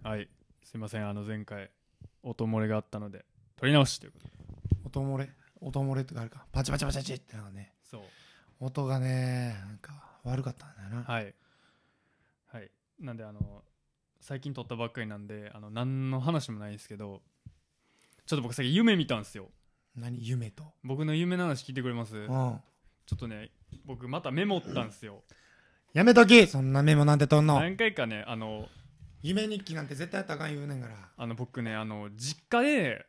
はい、すいません、前回音漏れがあったので撮り直しということで。 音漏れとかあるか、パチパチパチパチってなんかね、 そう、 音がねなんか悪かったんだよな。 はいはい。なんで最近撮ったばっかりなんで何の話もないんですけど、ちょっと僕さっき夢見たんですよ。 何夢と。 僕の夢の話聞いてくれます？ちょうん。 っとね、僕またメモったんですよ。 やめとき、そんなメモなんてとんの。 何回かね、 夢日記なんて絶対やったらあかん言うねんから。 僕ね、実家で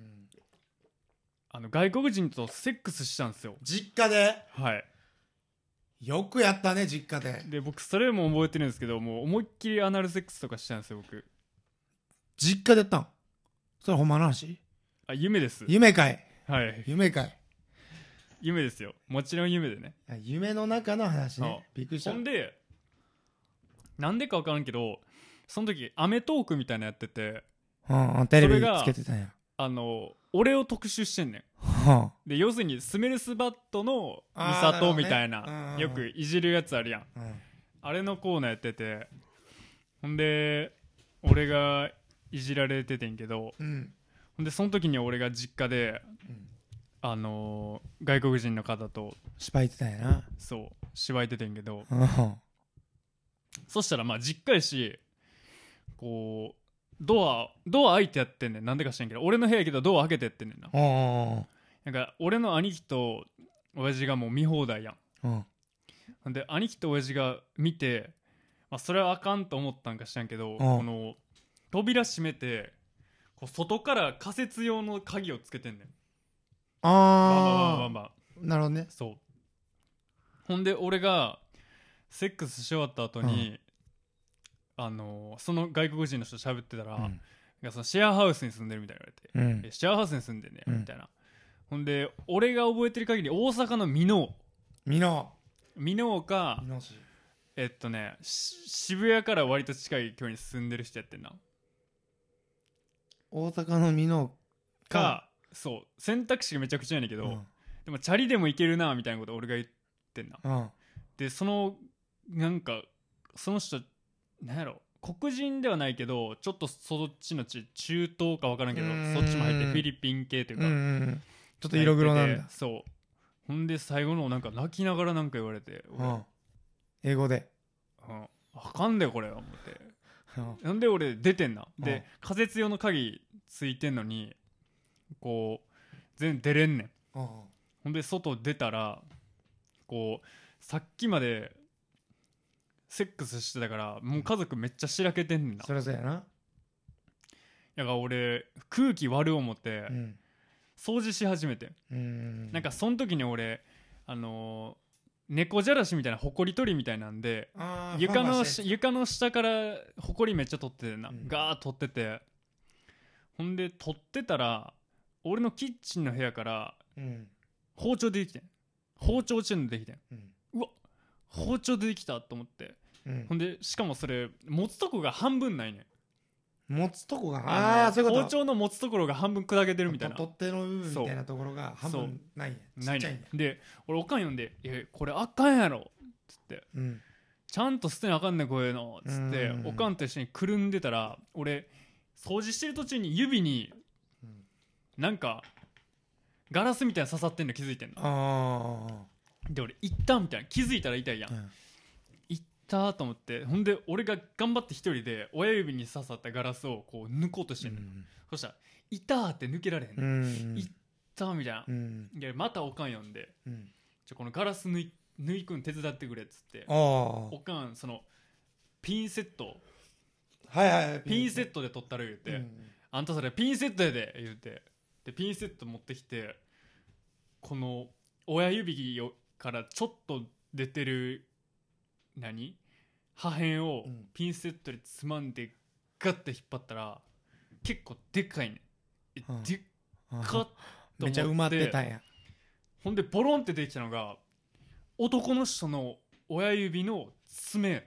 外国人とセックスしたんですよ。 実家ではい。 よくやったね、実家で。 で僕それも覚えてるんですけど、もう思いっきりアナルセックスとかしたんですよ僕。 実家でやったん？それほんまの話？ 夢です。 夢かい。 はい、 夢かい。 夢ですよ、もちろん夢でね。 夢の中の話ね。びっくりした。 ほんでなんでか分からんけど、その時アメトーークみたいなのやってて、 テレビつけてたんや。 俺を特集してんねん。で要するにスメルスバットのミサトみたいな、よくいじるやつあるやん、あれのコーナーやってて、ほんで俺がいじられててんけど、ほんでその時に俺が実家で、外国人の方と芝居てたんやな。 そう芝居ててんけど、そしたらまあ実家やし、こうドア開いてやってんねん。なんでか知らんけど俺の部屋やけどドア開けてやってんねんな。なんか俺の兄貴と親父がもう見放題やん。なんで兄貴と親父が見て、まあ、それはあかんと思ったんか知らんけど、この扉閉めてこう外から仮設用の鍵をつけてんねん。バンバンバンバン。 なるほどね。 そう。ほんで俺がセックスし終わった後に、その外国人の人と喋ってたら、そのシェアハウスに住んでるみたいな言われて、シェアハウスに住んでんね、みたいな。ほんで俺が覚えてる限り大阪の箕面か渋谷から割と近い距離に住んでる人やってんな。 大阪の箕面か、そう選択肢がめちゃくちゃやねんけど、でもチャリでも行けるなみたいなこと俺が言ってんな。でなんかその人なんやろ、黒人ではないけどちょっとそっちの中東か分からんけど、そっちも入ってフィリピン系というか、 ちょっと色黒なんだ。 そう。ほんで最後のなんか泣きながらなんか言われて、 英語で、 あかんでこれ思って、なんで俺出てんな。で仮設用の鍵ついてんのにこう全然出れんねん。ほんで外出たらこうさっきまでセックスしてたからもう家族めっちゃしらけてんねんな。 そりゃそうやな。 だから俺空気悪思って、掃除し始めて、なんかその時に俺猫じゃらしみたいなほこり取りみたいなんで床の下からほこりめっちゃ取っててな、ガーッ取ってて、ほんで取ってたら俺のキッチンの部屋から包丁出てきてん。包丁チェーン出てきてん、うわ包丁出てきたと思って、ほんでしかもそれ持つとこが半分ないねん。 持つとこがそういうこと。 包丁の持つところが半分砕けてるみたいな、 取っ手の部分みたいなところが半分ないんや。ちっちゃいんや。 で俺おかん呼んで「いやこれあかんやろ」っつって、ちゃんと捨てなあかんねんこういうのっつって、おかんと一緒にくるんでたら俺掃除してる途中に指になんかガラスみたいな刺さってんの気づいてんの。で俺いったみたいな、気づいたら痛いやん、いったと思って、ほんで俺が頑張って一人で親指に刺さったガラスをこう抜こうとしてんの、そしたらいたって抜けられへん、いったみたいな、いやまたおかん呼んで、このガラス抜くん手伝ってくれっつって、おかんそのピンセットピンセットで取ったら言うて、あんたそれピンセットやで言うて、でピンセット持ってきて、この親指からちょっと出てる破片をピンセットでつまんでガッて引っ張ったら結構でかいねん。でっかっと思って、 めっちゃ埋まってたんや。 ほんでボロンって出てきたのが男の人の親指の爪やって、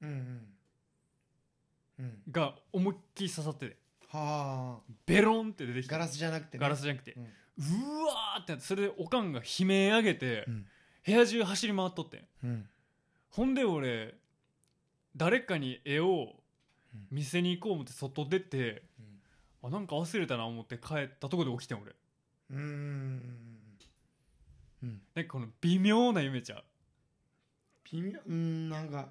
が思いっきり刺さってて、ベロンって出てきた。 ガラスじゃなくて、 うわーってなって、それでおかんが悲鳴上げて、部屋中走り回っとってん、ほんで俺誰かに絵を店に行こう思って外出て、 うん、 あなんか忘れたな思って帰ったとこで起きてん俺。なんかこの微妙な夢ちゃう。 微妙なんか、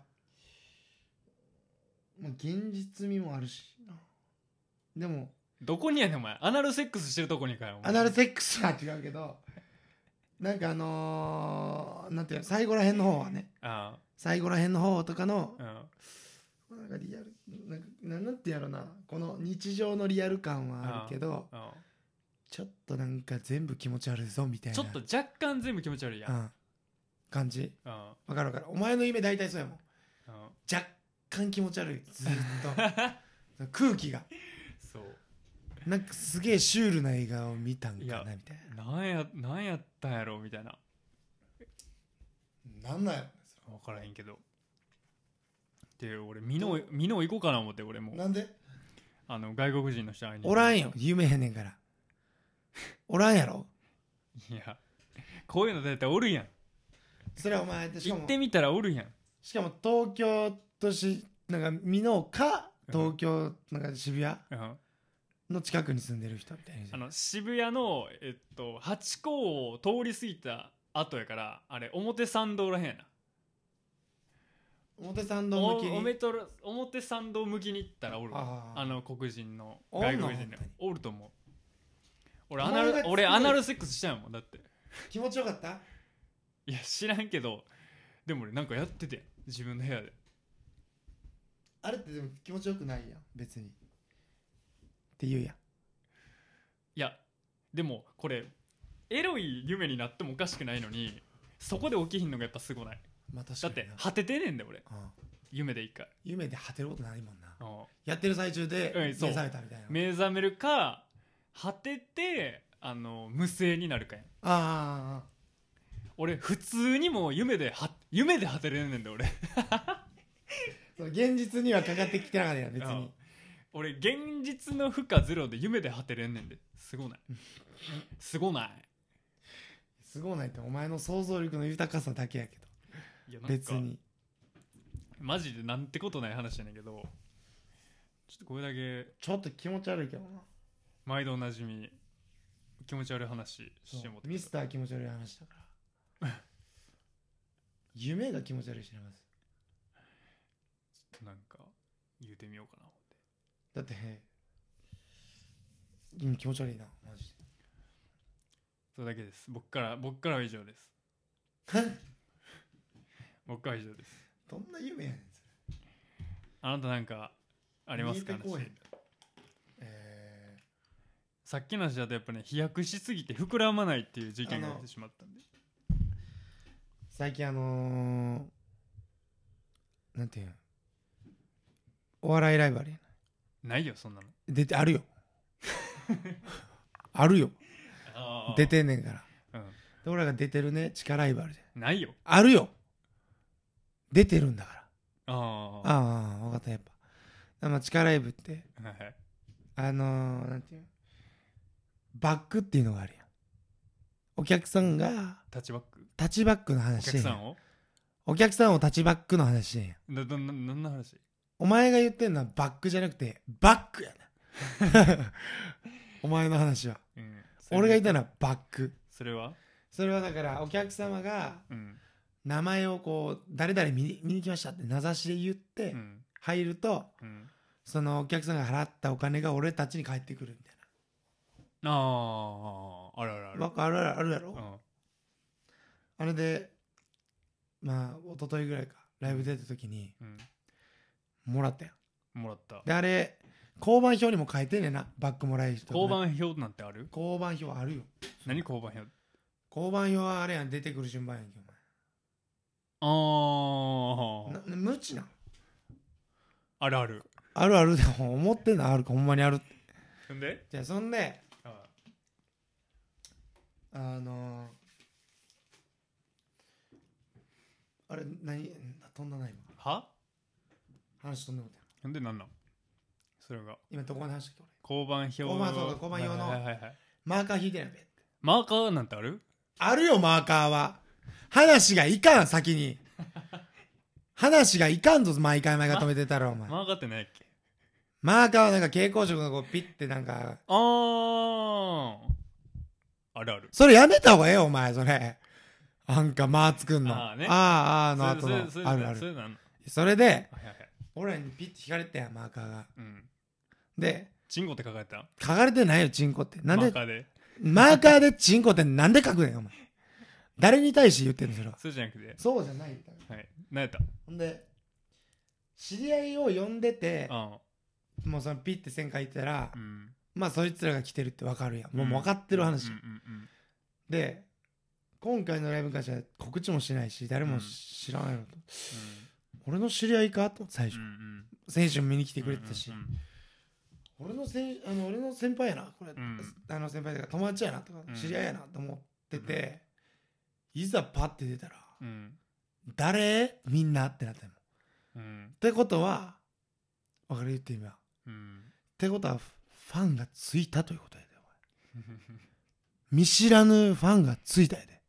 まあ、現実味もあるしな。でもどこにやねんお前。アナルセックスしてるとこにかよ。 アナルセックスは違うけどなんかなんていうの最後らへんの方はね、 あ最後らへんの方とかのあ、 なんかリアルなんてやろな、この日常のリアル感はあるけど、ちょっとなんか全部気持ち悪いぞみたいなちょっと若干全部気持ち悪いやん。 感じ。 あわかるわかる。お前の夢大体そうやもん。 あ若干気持ち悪いずーっと空気がそうなんかすげえシュールな映画を見たんかいやなみたいなんやったんやろみたいな。 なんなんや分からへんけど。で俺ミノ行こうかな思って。俺もなんで外国人の人会いにおらんよ、夢へんねんからおらんやろ。 いやこういうのだったらおるやん。 それはお前しかも行ってみたらおるやん。 しかも東京都市なんか美濃か東京なんか渋谷うんの近くに住んでる人みたいな。 渋谷のハチ公を通り過ぎた後やから、あれ表参道らへんやな。 表参道向きに表参道向きに行ったらおるわ。黒人の外国人でおると思う。俺アナルセックスしたんやもんだって。 気持ちよかった。 いや知らんけど、でも俺なんかやってて自分の部屋で。 あれってでも気持ちよくないやん別にって言うやん。 いやでもこれエロい夢になってもおかしくないのに、そこで起きひんのがやっぱすごない。 まあ、確だって果ててねんで俺。夢で一回夢で果てることないもんな。やってる最中で目覚めたみたいな。 目覚めるか果てて無声になるかやん。俺普通にも夢で果てれんねんで俺そう現実にはかかってきてなかったやん別に。 俺現実の負荷ゼロで夢で果てれんねんで。すごないすごないすごないってお前の想像力の豊かさだけやけど。 いやなんか別にマジでなんてことない話やねんけど、ちょっとこれだけちょっと気持ち悪いけどな。 毎度おなじみ気持ち悪い話してもってミスター気持ち悪い話だから夢が気持ち悪いしな。まずちょっとなんか言うてみようかな思って。 だって気持ち悪いなマジで。 それだけです。僕からは以上です僕は以上です。 どんな夢やねんそれ。 あなたなんかありますか？さっきの話だとやっぱね飛躍しすぎて膨らまないっていう事件が起きてしまったんで、 最近なんていうのお笑いライブあるやないよそんなの。 出てあるよあるよ出てんねんから、で俺らが出てるね地下ライブあるじゃん。 ないよ。 あるよ出てるんだから。分かった。やっぱ地下ライブってなんていうのバックっていうのがあるやん。お客さんがタッチバックの話してんやん。 お客さんをタッチバックの話してんやん。 何の話？ お前が言ってんのはバックじゃなくてバックやなお前の話は、俺が言ったのはバック。それはだからお客様が名前をこう誰々見に来ましたって名指しで言って入ると、そのお客さんが払ったお金が俺たちに返ってくるみたいな。あるやろ、あれでまあ一昨日ぐらいかライブ出た時に、もらったよ。であれ交番表にも書いてんねんな。バックもらえる人、 交番表なんてある？ 交番表あるよ。 何交番表？ 交番表はあれやん、出てくる順番やんけお前。無知な。 あるでも思ってんのあるかほんまにあるって。 そんでじゃあそんであれ何飛んだな今。 は？ 話飛んでもたよ。 なんでなんなん？それが今どこまで話したっけ俺。交番表。 交番表のマーカー引いてないべ。 マーカーなんてある？ あるよマーカーは。話がいかん先に話がいかんぞ。毎回止めてたらお前。 マーカーって何やっけ？ マーカーはなんか蛍光色のこうピッてなんかあるある。 それやめた方がええよお前それ。なんか間作んの。 ああの後のあるある。それで俺らにピッて引かれてやマーカーが。でチンコって書かれた？ 書かれてないよチンコって。なんでマーカーでチンコってなんで書くねんお前。誰に対して言ってんのそれは。 そうじゃなくて。 そうじゃない。 はい。何やった？ ほんで知り合いを呼んでて、もうそのピッて線書いたら、まあそいつらが来てるって分かるやん。もう分かってる話。で今回のライブに関しては告知もしないし誰も知らないのと、俺の知り合いかと最初、選手も見に来てくれてたし、俺の先輩やなこれ、先輩とか友達やなとか、知り合いやなと思ってて、いざパッて出たら、誰みんなってなってんの。ってことは分かる言ってみよう、ってことはファンがついたということやで見知らぬファンがついたやで。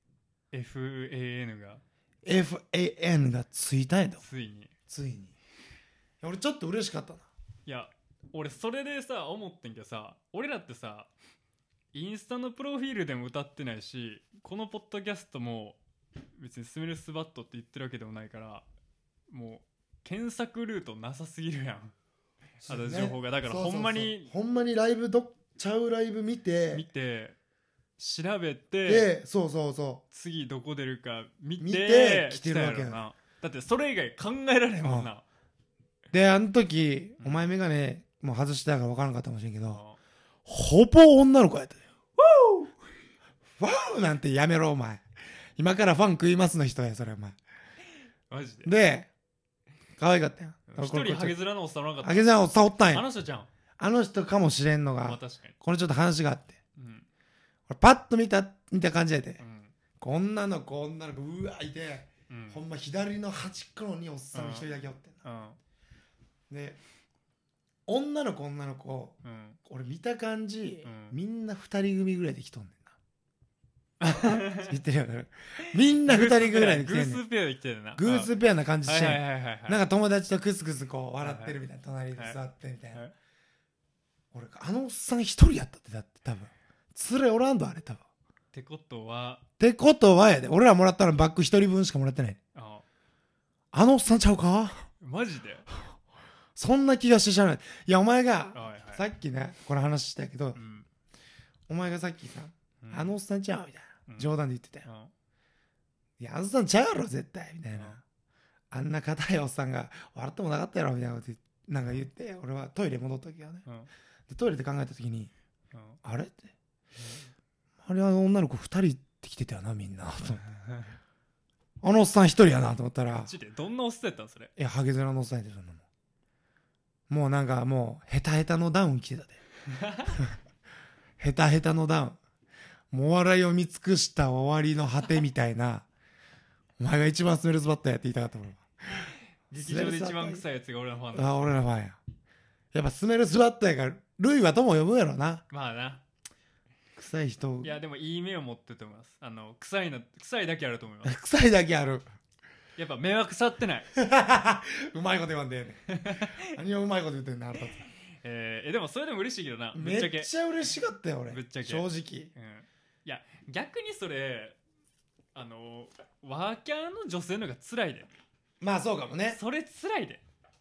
FAN がついたやで。 ついに俺ちょっと嬉しかったな。 いや俺それでさ思ってんけどさ、俺らってさインスタのプロフィールでも歌ってないし、このポッドキャストも別にスメルスバットって言ってるわけでもないから、もう検索ルートなさすぎるやん、あと情報が。だからほんまにライブちゃうライブ見て調べて、 で次どこ出るか見て来てるわけやな。だってそれ以外考えられんもんな。 であの時、お前メガネもう外してたから分からんかったかもしれんけど、ほぼ女の子やったよ。ワーなんてやめろお前。今からファン食いますの人やそれお前。 マジで。 で可愛かったよ。 一人ハゲ面のおっさんおらんかった？ ハゲ面のおっさんおったんや。 あの人じゃん。 あの人かもしれんのが、 まあ、確かにこれちょっと話があって、俺パッと見た感じやで、女の子うわいて、ほんま左の端っこのにおっさん一人だけおってんな。で女の子、俺見た感じ、みんな2人組ぐらいで来とんねんな。言ってるよね。みんな2人ぐらいで来てんねん。 偶数ペアで来てるな。 偶数ペアな感じしてん。なんか友達とクスクスこう笑ってるみたいな、隣で座ってみたいな。俺あのおっさん一人やったって。だって多分連れおらんどあれ多分。 ってことはやで。俺らもらったのバッグ1人分しかもらってない。あのおっさんちゃうか？ マジで？ そんな気がしてしゃあない。いやお前がさっきねこの話したけど、お前がさっきさ、あのおっさんちゃうみたいな冗談で言ってたよ。いやあのおっさんちゃうやろ絶対みたいな。あんな硬いおっさんが笑ってもなかったやろみたいなことなんか言って、俺はトイレ戻った時はね、でトイレで考えた時に、あれってあれは女の子2人って来てたよなみんなあのおっさん1人やなと思ったら、 どんなおっさんやったんそれ？ いやハゲ面のおっさんやで、そんなもん。もうなんかもうヘタヘタのダウン着てたでヘタヘタのダウン、もうお笑いを見尽くした終わりの果てみたいなお前が一番スメルズバッターやって言いたかったもん。 劇場で一番臭いやつが俺らファンだ。 あ、俺らファンや。やっぱスメルズバッターやからルイはとも呼ぶやろな。 まあな、 臭い人。 いやでもいい目を持ってると思います。臭いだけあると思います臭いだけある。 やっぱ目は腐ってないうまいこと言わんでええねん何をうまいこと言ってんのあんた。 でもそれでも嬉しいけどな。 めっちゃ嬉しかったよ俺。 ぶっちゃけ正直、 いや逆にそれワーキャーの女性の方が辛いで。 まあそうかもね。 それ辛いで。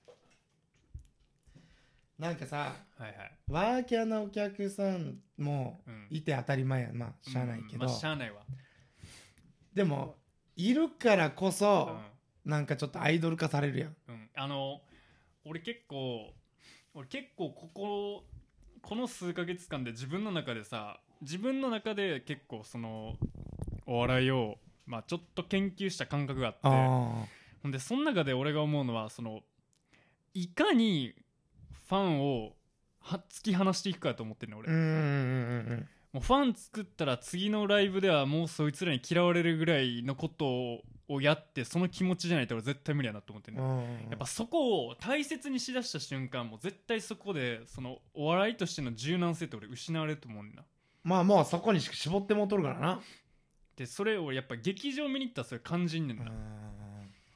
なんかさ、ワーキャーのお客さんもいて当たり前や、まあしゃあないけど、 しゃあないわ。でもいるからこそ、なんかちょっとアイドル化されるやん。 俺結構この数ヶ月間で自分の中で結構そのお笑いをまあちょっと研究した感覚があって、ほんでその中で俺が思うのは、そのいかにファンを突き放していくかだと思ってるね俺。もうファン作ったら次のライブではもうそいつらに嫌われるぐらいのことをやって、その気持ちじゃないと俺絶対無理やなと思ってるね。やっぱそこを大切にしだした瞬間、もう絶対そこでそのお笑いとしての柔軟性って俺失われると思うんだ。 まあもうそこに絞ってもとるからな。 でそれをやっぱ劇場見に行ったらそれ感じんねんな。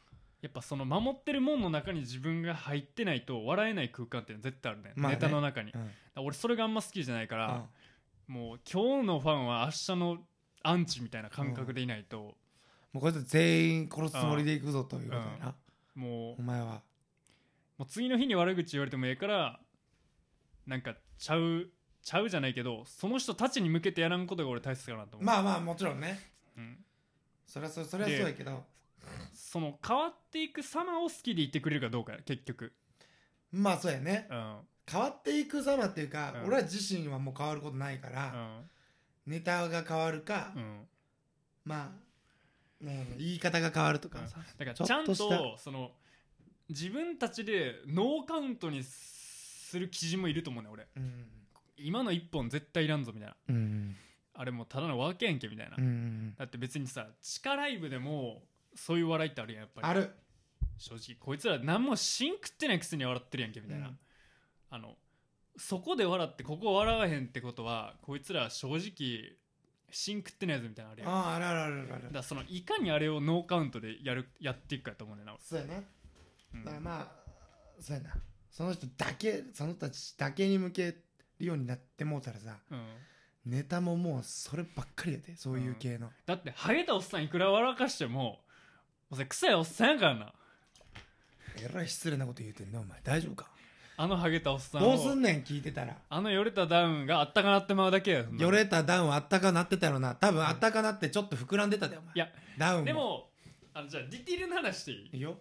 やっぱその守ってるもんの中に自分が入ってないと笑えない空間って絶対あるね、まあね、ネタの中に、俺それがあんま好きじゃないから、もう今日のファンは明日のアンチみたいな感覚でいないと、もうこいつ全員殺すつもりでいくぞということやな、 もうお前はもう次の日に悪口言われてもええからなんかちゃうじゃないけどその人たちに向けてやらんことが俺大切かなと思う。 まあまあもちろんね、それはそうやけど、 その変わっていく様を好きでいてくれるかどうかや結局。 まあそうやね、変わっていく様っていうか、俺は自身はもう変わることないから、ネタが変わるか、まあ、ね、言い方が変わるとかさ、 だからちゃんとその自分たちでノーカウントにする記事もいると思うね俺、今の一本絶対いらんぞみたいな、あれもただのワーケやんけみたいな、だって別にさ地下ライブでもそういう笑いってあるやんやっぱり。 ある。 正直こいつら何も芯食ってないくせに笑ってるやんけみたいな、そこで笑ってここ笑わへんってことはこいつら正直芯食ってないやつみたいなのあるやん。 ある。 だからそのいかにあれをノーカウントでやっていくかと思うねんな。 そうやな、だからまあそうやな、その人だけその人たちだけに向けるようになってもうたらさ、ネタももうそればっかりやで、そういう系の、 だってハゲたおっさんいくら笑かしてもお前臭いおっさんやからな。 えらい失礼なこと言うてんねお前、大丈夫か。 あのハゲたおっさんどうすんねん聞いてたら。 あのよれたダウンがあったかなってまうだけや。 よれたダウンあったかなってたよな。多分あったかなってちょっと膨らんでたでお前。 いやダウンもでもじゃあディティールの話していい？ いいよ。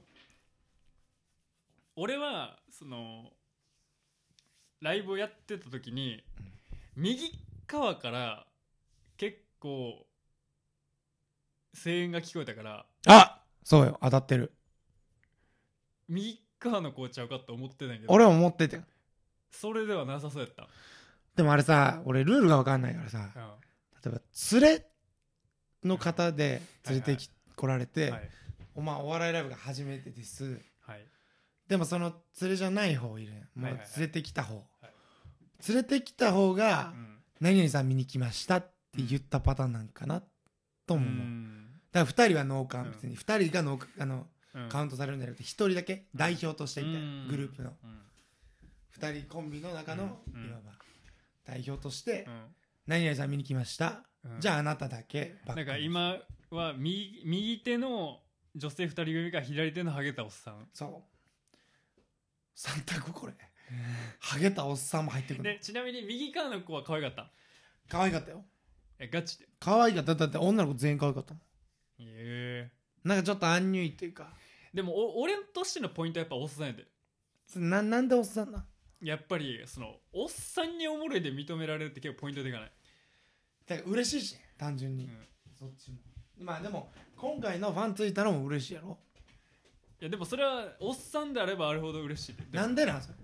俺はそのライブをやってた時に、右側から結構声援が聞こえたから、 あ、そうよ、当たってる。 右側の子ちゃうかと思ってたんやけど、 俺も思ってて、 それではなさそうやった。 でもあれさ、俺ルールが分かんないからさ、例えば連れの方で連れて来られて、お前お笑いライブが初めてです、でもその連れじゃない方いるやん、もう連れてきた方、連れてきた方が、何々さん見に来ましたって言ったパターンなんかなと思う。だから2人はノーカウント、別に2人がノーカウントされるんじゃなくて1人だけ代表としてみたいな、グループの2人コンビの中のいわば代表として何々さん見に来ました、じゃああなただけバック。 なんか今は右手の女性2人組か左手のハゲたおっさん、 そう3択これハゲたおっさんも入ってくる。 でちなみに右側の子は可愛かった？ 可愛かったよ。 ガチで可愛かった。だって女の子全員可愛かったもん。なんかちょっとアンニュイっていうか。 でも俺としてのポイントはやっぱおっさんやで。 なんでおっさんな。 やっぱりそのおっさんにおもろいで認められるって結構ポイントでかない？ だから嬉しいし単純に、そっちも。まあでも今回のファンついたのも嬉しいやろ。 いやでもそれはおっさんであればあるほど嬉しい。 なんでなんそれ。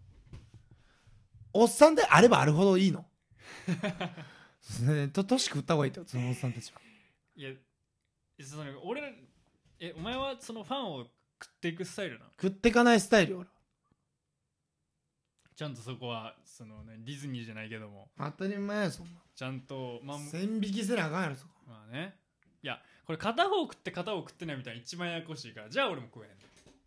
おっさんであればあるほどいいの年食った方がいいってそのおっさんたちは。 いやそのお前はそのファンを食っていくスタイルなの？ 食っていかないスタイルよ俺は。 ちゃんとそこはその、ね、ディズニーじゃないけども当たり前やそんな。 ちゃんと、 線引きせなあかんやろそこ。 まあね。いやこれ片方食って片方食ってないみたいな一番ややこしいから、じゃあ俺も食えへん。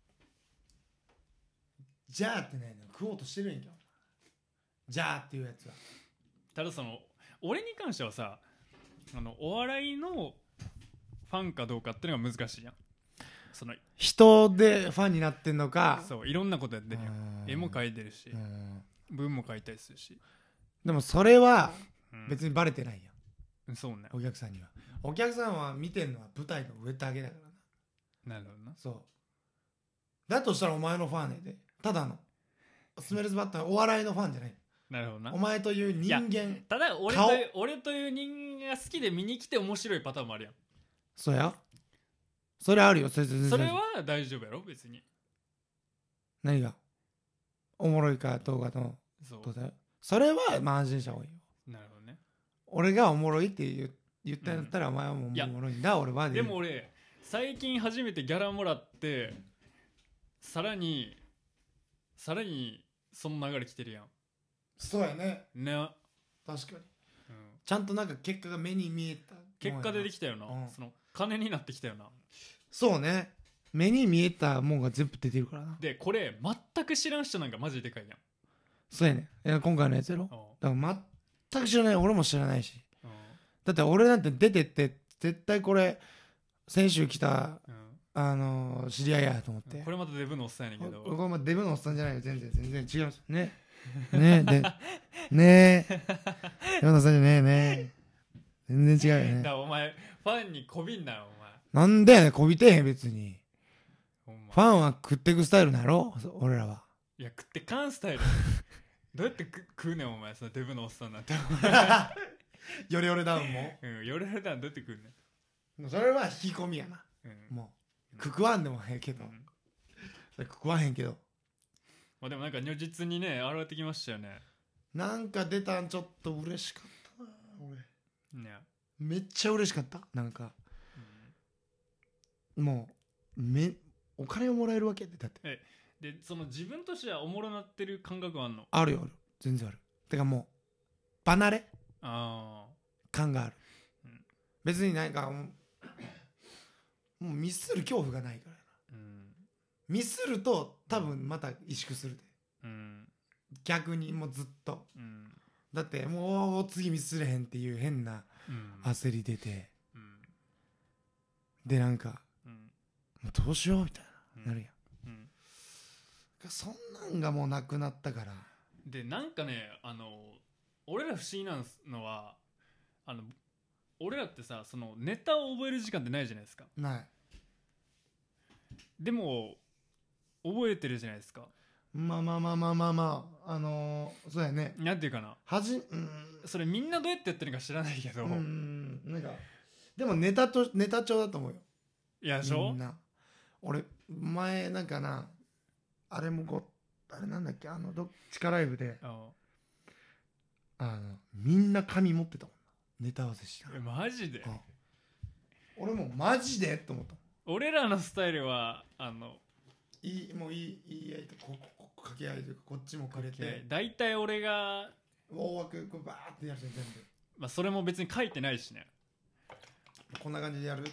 じゃあってないの食おうとしてるんやんけ。じゃあっていうやつは。 ただその俺に関してはさ、お笑いのファンかどうかっていうのが難しいやん。その人でファンになってんのか。 そういろんなことやってるやん。絵も描いてるし文も書いたりするし。 でもそれは別にバレてないやん、 そうね。 お客さんには。お客さんは見てんのは舞台の上だけだからな。なるほどな。 そうだとしたらお前のファンやで。ただのスメルズバットはお笑いのファンじゃない。 なるほどな。 お前という人間。 ただ俺という人間が好きで見に来て面白いパターンもあるやん。 そうや、それあるよ。それは大丈夫やろ別に。 何がおもろいかどうかのそうだよ。それはまあ安心した方がいいよ。 なるほどね。 俺がおもろいって言ったんだったら、お前はもうおもろいんだ俺は。 でも俺最近初めてギャラもらってさらにその流れ来てるやん。 そうやね。確かに、ちゃんとなんか結果が目に見えた。 結果でできたよな、その金になってきたよな。 そうね。 目に見えたもんが全部出てるからな。 でこれ全く知らん人なんかマジででかいやん。 そうやねん。いや今回のやつやろ。だから全く知らない。俺も知らないし。だって俺なんて出てって絶対これ先週来た、知り合いやと思って。 これまたデブのおっさんやねんけど。 これまたデブのおっさんじゃないよ。全然違いますね。ねえねえ山田さんじゃねえね全然違うよね。 だからお前ファンにこびんなよお前。 なんでやねん、こびてへん別に。ファンは食ってくスタイルなろ俺らは。 いや食ってかんスタイルどうやって食うねんお前そのデブのおっさんなんてヨレヨレダウンもヨレヨレダウンどうやって食うねん。それは引き込みやな、もう食わんでもへんけど、食わへんけど、 まあ、でもなんか如実にね現れてきましたよね。 なんか出たんちょっと嬉しかったな俺。 ね、 めっちゃ嬉しかった。なんか、もうお金をもらえるわけでだってでその自分としてはおもろなってる感覚はあんの？ あるよ、ある、全然ある。てかもう離れ感がある、別になんかもうミスる恐怖がないからな、ミスると多分また萎縮するで、逆にもうずっと、だってもう次ミスれへんっていう変な焦り出て、でなんか、もうどうしようみたいな、なるやん、そんなんがもうなくなったから。 でなんかね俺ら不思議なのは俺らってさそのネタを覚える時間ってないじゃないですか。 ない。 でも覚えてるじゃないですか。 まあそうやね。 なんていうかな、それみんなどうやってやってるか知らないけど、 なんかでもネタ帳だと思うよ。 いやでしょ。 みんな俺前なんかなあれなんだっけどっちかライブでみんな紙持ってたもんな、ネタ合わせして。 マジで？ 俺もマジでと思った。 俺らのスタイルはもういい合いと掛け合いというかこっちもくれて、 大体俺が大枠こうバーってやるじゃん全部。 まあそれも別に書いてないしね。 こんな感じでやるっつって、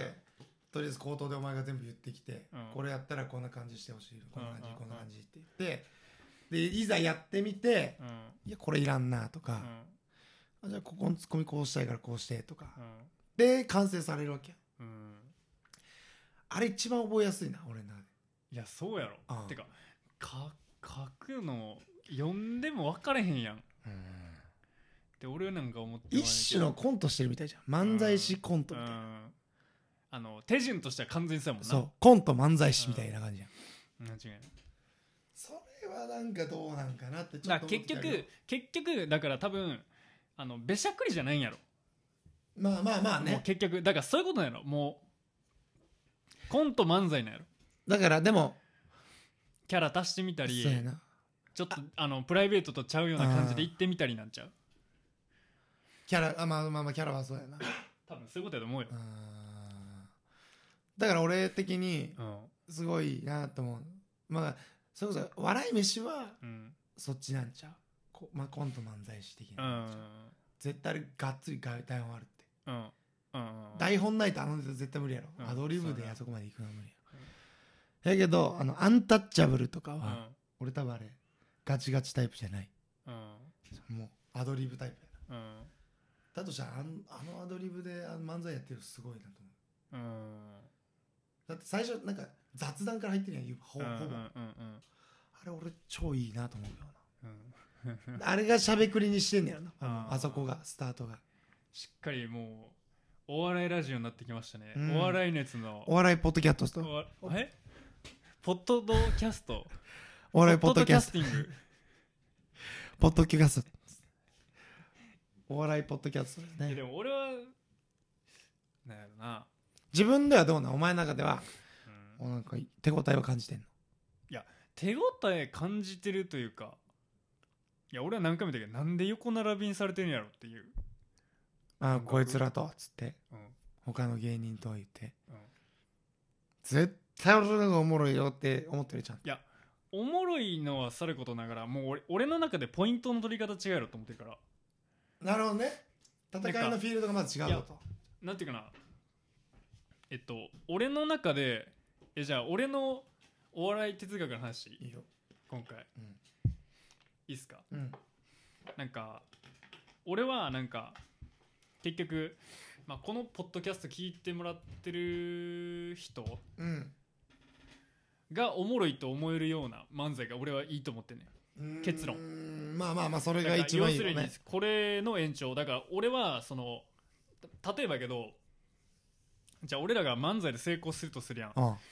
とりあえず口頭でお前が全部言ってきて、これやったらこんな感じしてほしい、こんな感じ、こんな感じって言って、でいざやってみて、いやこれいらんなとか、じゃあここのツッコミこうしたいからこうしてとか、で完成されるわけや、あれ一番覚えやすいな俺の中で。 いやそうやろ、てか書くの読んでも分かれへんやん、で俺なんか思って一種のコントしてるみたいじゃん、漫才師コントみたいな、 手順としては完全にそうやもんな。 そうコント漫才師みたいな感じやん、 間違いない。 それはなんかどうなんかなってちょっと思ってたけど、 結局だから多分べしゃくりじゃないんやろ。 まあね、 もう結局だからそういうことなんやろ、もうコント漫才なんやろ。 だからでもキャラ足してみたり、 そうやな、 ちょっとプライベートとちゃうような感じで行ってみたりなんちゃう。 キャラまあキャラはそうやな、 多分そういうことやと思うよ。 だから俺的にすごいなと思う。まあそれこそ笑い飯はそっちなんちゃう、コント漫才師的な、絶対がっつり台本あるって、台本ないと絶対無理やろ、アドリブであそこまで行くのは無理や。やけどアンタッチャブルとかは、俺多分あれガチガチタイプじゃない、もうアドリブタイプやな、だとしたらアドリブで漫才やってるすごいなと思う、だって最初なんか雑談から入ってるやん、ほぼ、あれ俺超いいなと思うよな、あれがしゃべくりにしてんねやろな、あそこがスタートがしっかりもうお笑いラジオになってきましたね、お笑い熱のお笑いポッドキャストポッドキャストお笑いポッドキャスティングポッドキャストお笑いポッドキャストですね。 でも俺はなんやろな、 自分ではどうな、お前の中では、なんか手応えを感じてんの？ いや手応え感じてるというか、いや俺は何回も言ったけど、なんで横並びにされてるんやろっていう、 こいつらとつって、他の芸人と言って、絶対俺の方がおもろいよって思ってるじゃん。 いやおもろいのはさることながら、もう俺の中でポイントの取り方違うやろと思ってるから。 なるほどね、戦いのフィールドがまず違うと。 なんていうかな、俺の中でじゃあ俺のお笑い哲学の話いいよ今回、いいっすか、なんか俺はなんか結局、このポッドキャスト聞いてもらってる人がおもろいと思えるような漫才が俺はいいと思ってね。結論まあそれが一番いいよね。 要するにこれの延長だから俺はその例えばやけど、じゃあ俺らが漫才で成功するとするやん。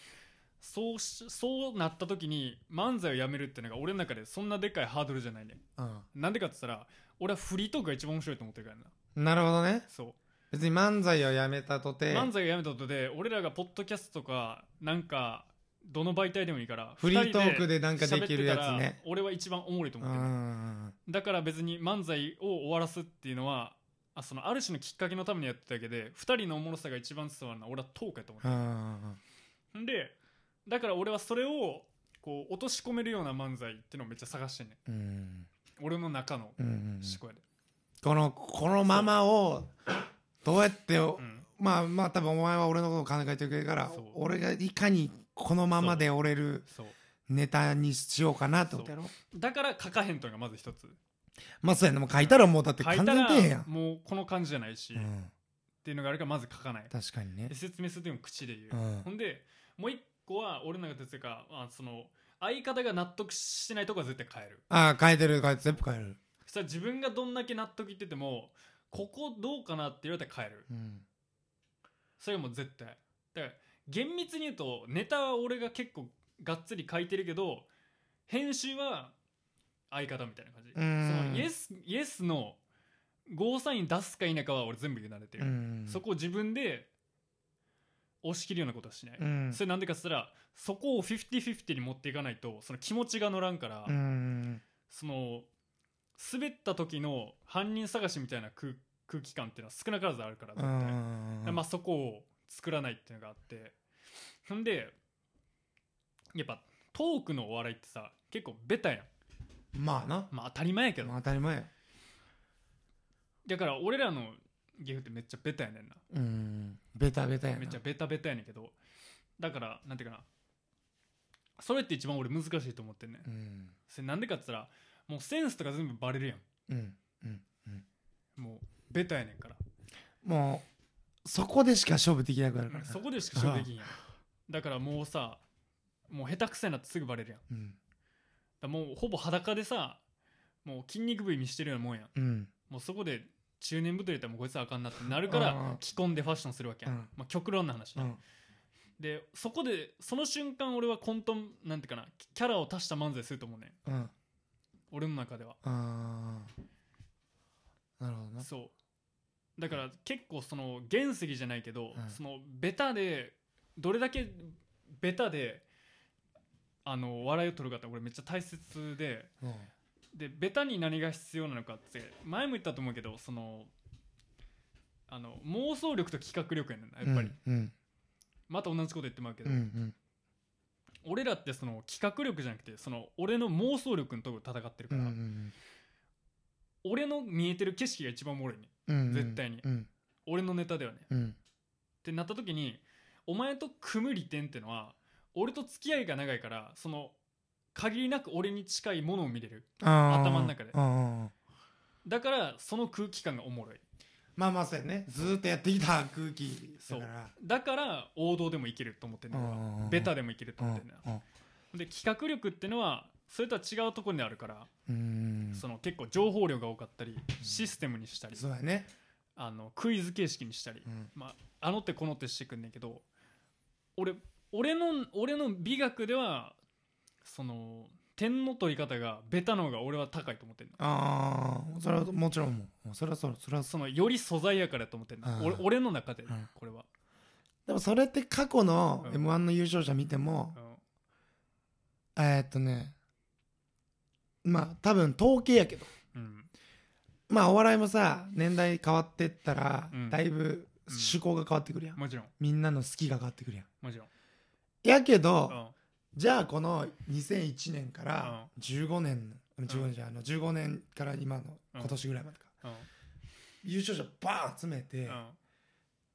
そうなった時に漫才をやめるってのが俺の中でそんなでかいハードルじゃないね。なんでかって言ったら俺はフリートークが一番面白いと思ってるからな。 なるほどね。 そう別に漫才をやめたとて俺らがポッドキャストとかなんかどの媒体でもいいからフリートークでなんかできるやつね。 俺は一番おもろいと思ってる。だから別に漫才を終わらすっていうのはそのある種のきっかけのためにやってただけで、2人のおもろさが一番伝わるのは俺はトークやと思ってる。でだから俺はそれをこう落とし込めるような漫才っていうのをめっちゃ探してんねん。俺の中の思考やで、 このままをどうやって、まあ多分お前は俺のことを考えてくれるから、俺がいかにこのままで折れるネタにしようかなってことやろ。 だから書かへんというのがまず一つ。 そうやね。もう書いたらもうだって完全に出へんやん。 もうこの感じじゃないし、っていうのがあるからまず書かない。 確かにね。 説明するというのも口で言う。ほんでもう一個は俺の中でかその相方が納得してないとこは絶対変える。 変えてる全部変える。 そしたら自分がどんだけ納得いっててもここどうかなって言われたら変える。それはもう絶対。だから厳密に言うとネタは俺が結構がっつり書いてるけど編集は相方みたいな感じ。そのイエスのゴーサイン出すか否かは俺全部委ねてる。そこを自分で押し切るようなことはしない。それなんでかっつったらそこを 50-50 に持っていかないとその気持ちが乗らんから、その滑った時の犯人探しみたいな空気感っていうのは少なからずあるから絶対。そこを作らないっていうのがあって、ほんでやっぱトークのお笑いってさ結構ベタやん。当たり前やけど。 当たり前や。 だから俺らの芸風ってめっちゃベタやねんな。 ベタベタやな。 めっちゃベタベタやねんけど、だからなんていうかな、それって一番俺難しいと思ってんねん。それなんでかって言ったらもうセンスとか全部バレるやん。もうベタやねんから。もうそこでしか勝負できなくなるから。 そこでしか勝負できんやん。だからもうさ、もう下手くそやなってすぐバレるやん。だもうほぼ裸でさ、もう筋肉部位見してるようなもんやん。もうそこで中年太りやったらもうこいつはあかんなってなるから着込んでファッションするわけやん。極論な話ね。でそこでその瞬間俺は混沌なんていうかな、キャラを足した漫才すると思うねん。俺の中では。 なるほどな。 そうだから結構その原石じゃないけど、そのベタでどれだけベタで笑いを取るかって俺めっちゃ大切で、でベタに何が必要なのかって前も言ったと思うけど、その妄想力と企画力やねんなやっぱり。また同じこと言ってもらうけど、俺らってその企画力じゃなくてその俺の妄想力のところで戦ってるから、俺の見えてる景色が一番おもろいね、絶対に、俺のネタではね、ってなった時にお前と組む利点ってのは俺と付き合いが長いから、その限りなく俺に近いものを見れる頭の中で。だからその空気感がおもろい。 そうやね。ずーっとやってきた空気だから。だから王道でもいけると思ってんだよ。ベタでもいけると思ってんだよ。で企画力ってのはそれとは違うところにあるから、その結構情報量が多かったりシステムにしたり、 そうやね、 クイズ形式にしたり、あの手この手してくんねんけど、俺の美学ではその点の取り方がベタの方が俺は高いと思ってんだ。 それはもちろん、もうそれはそのより素材やからと思ってんだ。俺の中で、これは。 でもそれって過去の M1 の優勝者見ても、多分統計やけど、お笑いもさ年代変わってったら、だいぶ趣向が変わってくるやん。 もちろん。 みんなの好きが変わってくるやん。 もちろん。 やけど、じゃあこの2001年から15年、15年から今の今年ぐらいまでか、優勝者バーン集めて、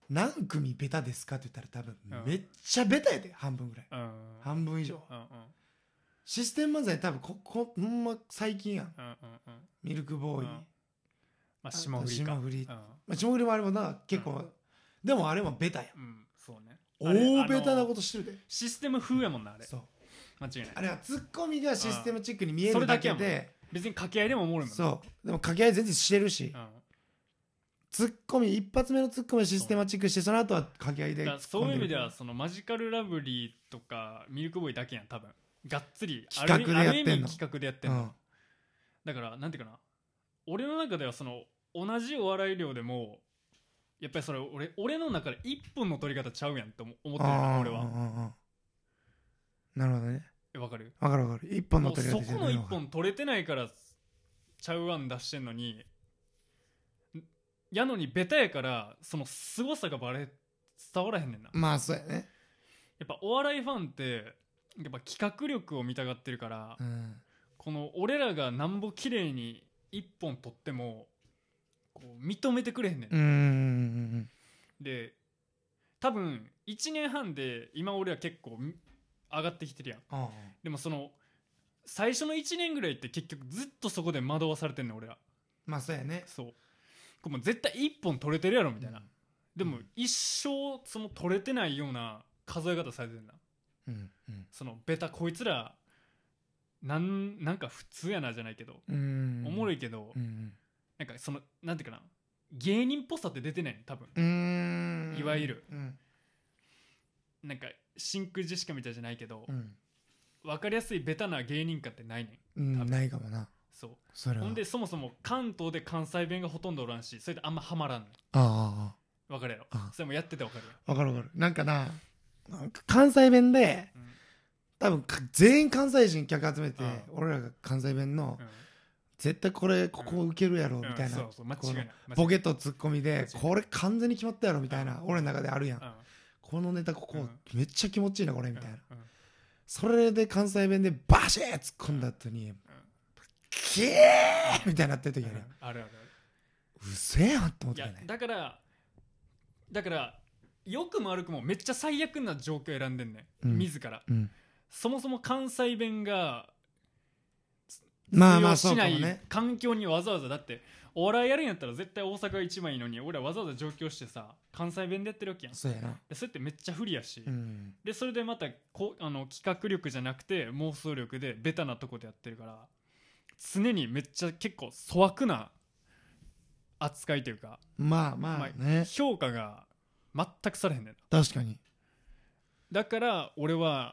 何組ベタですかって言ったら多分めっちゃベタやで、半分ぐらい、半分以上、システム漫才多分ほんま最近やん、ミルクボーイ、 霜降りか、 霜降り、霜降りもあれもな結構、でもあれもベタやん、 そうね、 大ベタなことしてるで、 システム風やもんな、あれ。 そう間違いない。 あれはツッコミがシステムチックに見えるだけで、 別に掛け合いでもおもろいもんね。 そうでも掛け合い全然してるし、ツッコミ一発目のツッコミはシステマチックして、その後は掛け合いで、 そういう意味ではそのマジカルラブリーとかミルクボーイだけやん多分、がっつり企画でやってんの、 企画でやってんの、だからなんていうかな、俺の中ではその同じお笑い量でもやっぱりそれ俺の中で一本の取り方ちゃうやんって思ってるの俺は。 なるほどね。 わかる一本の取り方、 そこの一本取れてないからちゃう案出してんのに、やのにベタやからその凄さが伝わらへんねんな。 まあそうやね。 やっぱお笑いファンってやっぱ企画力を見たがってるから、この俺らがなんぼ綺麗に一本取ってもこう認めてくれへんねん。で多分1年半で今俺は結構上がってきてるやん。でもその最初の1年ぐらいって結局ずっとそこで惑わされてんねん俺ら。 まあそうやね。 そうこれもう絶対1本取れてるやろみたいな、でも一生その取れてないような数え方されてるんだ、そのベタこいつらなんか普通やなじゃないけど、おもろいけど、なんかそのなんていうかな、芸人っぽさって出てない多分、いわゆる、なんか真空ジェシカみたいじゃないけど、分かりやすいベタな芸人感ってないねん、ないかもな。 そうほんでそもそも関東で関西弁がほとんどおらんし、それであんまハマらんねん。分かるやろ、それもやってて分かるやん。 分かるなんかな、関西弁で、多分全員関西人客集めて、俺らが関西弁の、絶対ここ受けるやろみたいな、ボケとツッコミでこれ完全に決まったやろみたいな、俺の中であるやん、このネタここめっちゃ気持ちいいなこれみたいな、それで関西弁でバシーッ突っ込んだ後にキーみたいになってる時ある、うせえやんって思ってね。 だからよくも悪くもめっちゃ最悪な状況選んでんねん、自ら、そもそも関西弁が通用しない環境にわざわざ、だってお笑いやるんやったら絶対大阪が一番いいのに、俺はわざわざ上京してさ関西弁でやってるわけやん。 そうやな。 それってめっちゃ不利やし、でそれでまた企画力じゃなくて妄想力でベタなとこでやってるから、常にめっちゃ結構粗悪な扱いというか、 まあね、 評価が全くされへんねん。 確かに。 だから俺は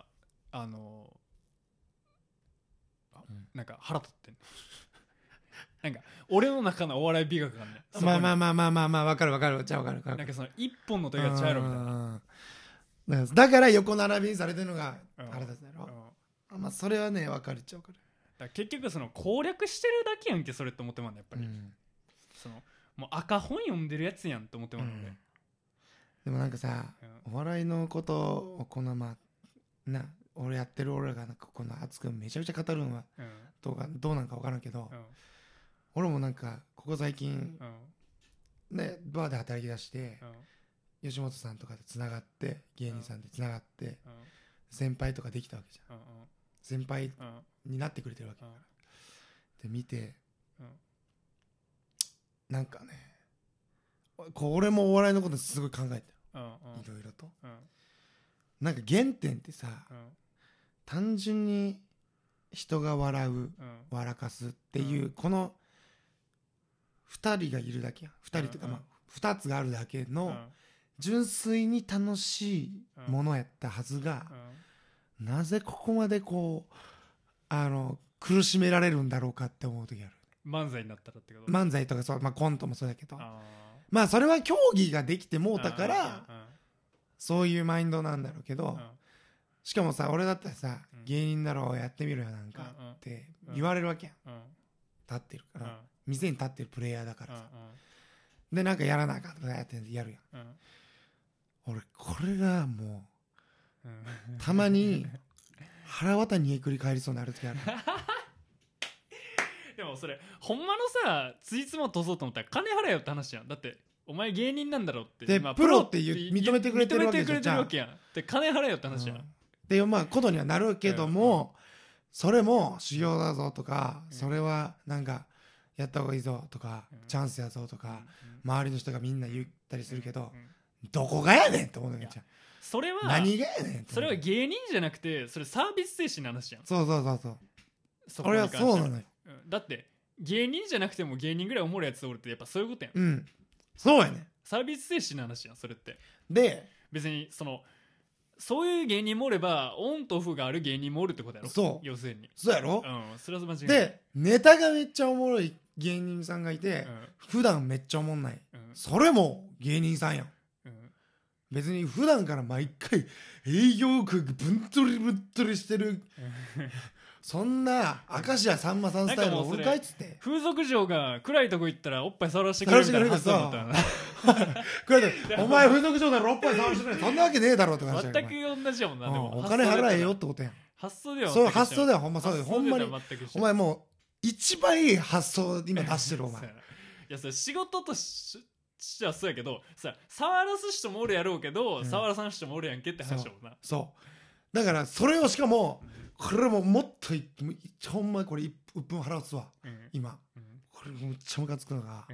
なんか腹立ってんなんか俺の中のお笑い美学がね、 まあ分かるじゃあ分かる、 なんかその一本の問いがちゃうやろみたいな、 だから横並びにされてるのが腹立つやろ。まあそれはね分かるっちゃ分かる。 だ結局その攻略してるだけやんけそれって思ってまうねやっぱり、そのもう赤本読んでるやつやんって思ってまうので、 でもなんかさ、お笑いのことをこの俺やってる俺らがなんかこんな熱くめちゃくちゃ語るのはどうなんか分からんけど、俺もなんかここ最近ねバーで働き出して、吉本さんとかでつながって、芸人さんでつながって、先輩とかできたわけじゃん、先輩になってくれてるわけだから、で見て、なんかね俺もお笑いのことすごい考えたよ、いろいろと、なんか原点ってさ、単純に人が笑う、笑かすっていう、この2人がいるだけや、2人というか2つがあるだけの純粋に楽しいものやったはずが、なぜここまでこう苦しめられるんだろうかって思う時ある。 漫才になったらってこと？ 漫才とかそう、コントもそうだけど、まあそれは競技ができてもうたからそういうマインドなんだろうけど、しかもさ俺だったらさ、芸人だろうやってみろよなんかって言われるわけやん、立ってるから、店に立ってるプレイヤーだからさ、でなんかやらなあかんとかやるやん、俺これがもうたまに腹渡にえくり返りそうになる時あるでもそれほんまのさついつまとそうと思ったら金払えよって話やん。だってお前芸人なんだろってで、プロって認めてくれてるわけじゃん。認めてくれてるわけやん。で金払えよって話やん。 っていうまあことにはなるけども、それも修行だぞとか、それはなんかやった方がいいぞとか、チャンスやぞとか、周りの人がみんな言ったりするけど、どこがやねんって思うんだけど、 それは何がやねん。 それは芸人じゃなくて、それサービス精神の話やん。 そう。俺はそうなのよ。 だって芸人じゃなくても芸人ぐらいおもろいやつおるってやっぱそういうことやん。 うん。そうやね。 サービス精神の話やんそれって。 で、 別にそういう芸人もおればオンとオフがある芸人もおるってことやろ。 そう。 要するに。 そうやろ。 それは間違いない。 で、ネタがめっちゃおもろい芸人さんがいて、普段めっちゃおもんない。それも芸人さんやん。別に普段から毎回営業区ぶんとりぶっとりしてるそんな明石家さんまさんスタイルおるかいっつって。 風俗嬢が暗いとこ行ったらおっぱい触らせてくれるみたいな発想だったな。お前風俗嬢ならおっぱい触らせてくれる、そんなわけねえだろって話。 全く同じやもんな。でもお金払えよってことやん。 発想ではそう、発想ではほんまそうだよ。ほんまにお前もう一番いい発想今出してるお前。いやそれ仕事としてはそうやけどさ、触らす人もおるやろうけど、触らさん人もおるやんけって話だもんな。 そうだからそれをしかもこれももっとほんまにこれ1分払うつわ、今、これめっちゃムカつくのが、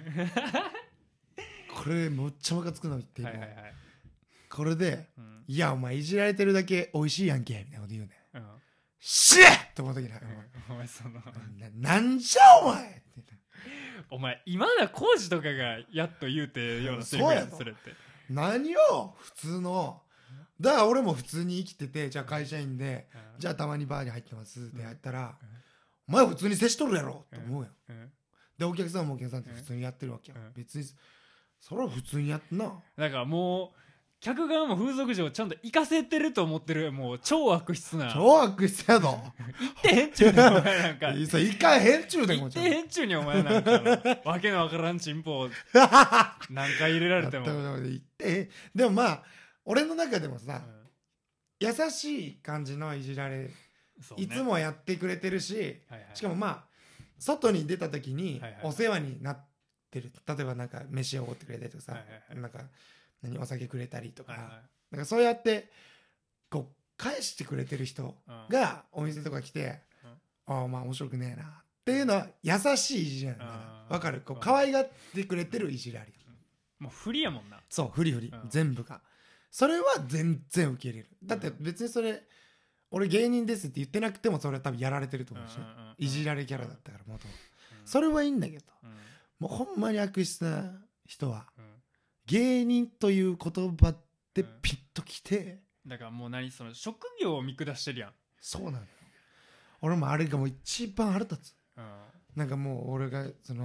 これめっちゃムカつくの言ってこれで、いやお前いじられてるだけ美味しいやんけみたいなこと言うねん。しれっって思った時な、 お前なんじゃお前ってお前今田耕司とかがやっと言うてようなセリフやんそれって。 何を普通のだから俺も普通に生きてて、じゃあ会社員で、じゃあたまにバーに入ってますってやったら、お前普通に接しとるやろって思うやん。でお客さんもお客さんって普通にやってるわけやん。別にそれは普通にやってな。 だからもう客側も風俗嬢をちゃんと行かせてると思ってる、もう超悪質な。 超悪質やぞ。 行ってへんちゅうねんお前なんか。 行かへんちゅうねん。 行ってへんちゅうにお前なんかわけのわからんチンポを何回入れられても。 でもまあ俺の中でもさ、優しい感じのいじられ、いつもやってくれてるし、しかもまあ外に出た時にお世話になってる。例えばなんか飯をおごってくれたりとかさ、なんかお酒くれたりとか、なんかそうやってこう返してくれてる人がお店とか来て、ああまあ面白くねえなっていうのは優しいいじられな。わかる？こう可愛がってくれてるいじられ。 もう振りやもんな。 そう振り全部が。それは全然受け入れる。だって別にそれ俺芸人ですって言ってなくてもそれは多分やられてると思うし、いじられキャラだったから元々それはいいんだけど、もうほんまに悪質な人は芸人という言葉でピッときて、 だからもうその職業を見下してるやん。 そうなのよ。俺もあれがもう一番腹立つ。なんかもう俺が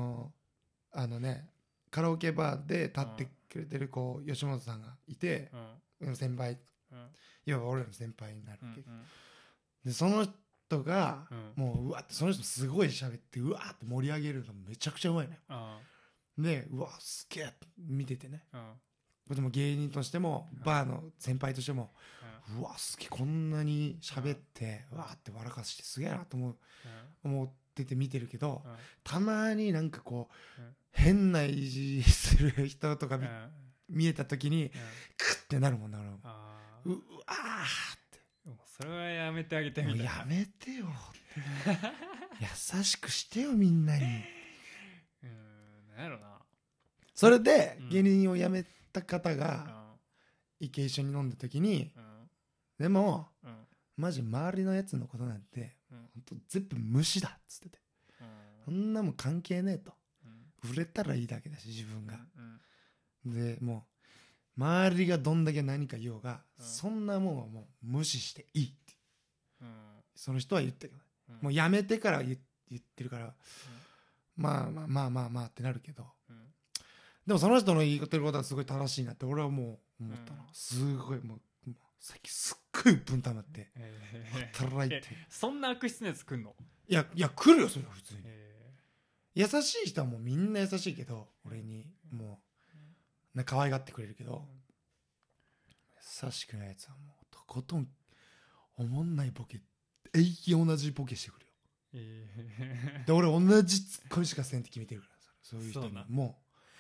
カラオケバーで立ってくれてる吉本さんがいて、先輩、いわば俺らの先輩になるわけ、でその人が、もううわってその人すごい喋ってうわって盛り上げるのめちゃくちゃうまいのよ。でうわすげえ見ててね、でも芸人としてもバーの先輩としても、うわすげえこんなに喋ってうわって笑かしてすげえなと思ってて見てるけど、たまになんか変ないじする人とか見えた時にクッてなるもんな。俺もうわーってそれはやめてあげてみたいな。 やめてよ優しくしてよみんなに。 なんやろな。 それで芸人を辞めた方が一緒に飲んだ時に、でもマジ周りのやつのことなんてほんと全部無視だっつってて、そんなもん関係ねえと、売れたらいいだけだし自分が、でもう周りがどんだけ何か言おうが、そんなもんはもう無視していいって、その人は言ったけど、もうやめてから言ってるから、まあってなるけど、でもその人の言ってることはすごい正しいなって俺はもう思ったの。すごいもうさっきすっごい分溜まって働いて、 そんな悪質なやつ来んの？ いや来るよそれは普通に。優しい人はもうみんな優しいけど、俺にもう可愛がってくれるけど、優しくないやつはもうとことんおもんないボケ永遠同じボケしてくるよ。で俺同じツッコミしかせんって決めてるからさ、そういう人にもう